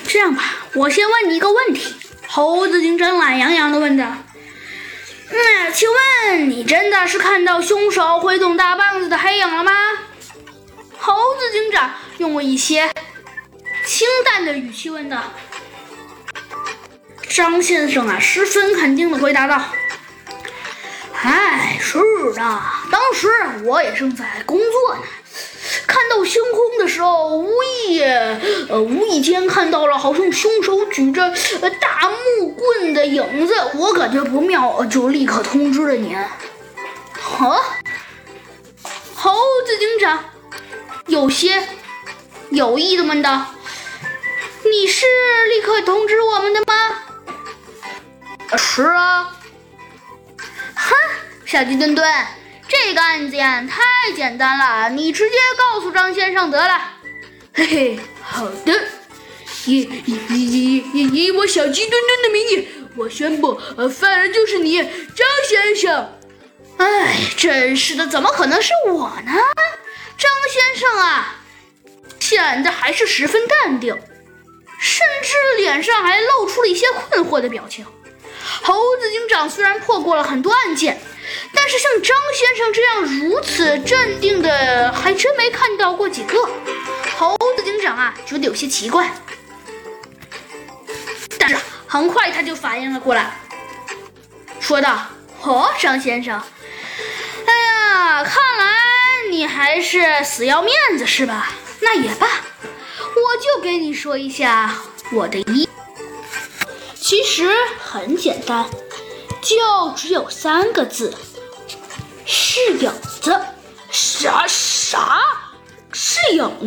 这样吧，我先问你一个问题。猴子警长懒洋洋地问道：“请问你真的是看到凶手挥动大棒子的黑影了吗？”猴子警长用一些清淡的语气问道。张先生啊，十分肯定地回答道：“是的，当时我也正在工作呢。看到星空的时候，无意间看到了好像凶手举着大木棍的影子，我感觉不妙，就立刻通知了你。”猴子警长有些有意地问道：“你是立刻通知我们的吗？”“是啊。”“小鸡墩墩，这个案件太简单了，你直接告诉张先生得了。”“嘿嘿，好的。以我小鸡墩墩的名义，我宣布，犯人就是你，张先生。”“真是的，怎么可能是我呢？”张先生啊，显得还是十分淡定，甚至脸上还露出了一些困惑的表情。猴子警长虽然破过了很多案件，但是像张先生这样如此镇定的还真没看到过几个。猴子警长啊，觉得有些奇怪，但是很快他就反应了过来，说道：“张先生，看来你还是死要面子是吧？那也罢，我就给你说一下我的意。其实很简单，就只有3个字，是影子。”“啥？是影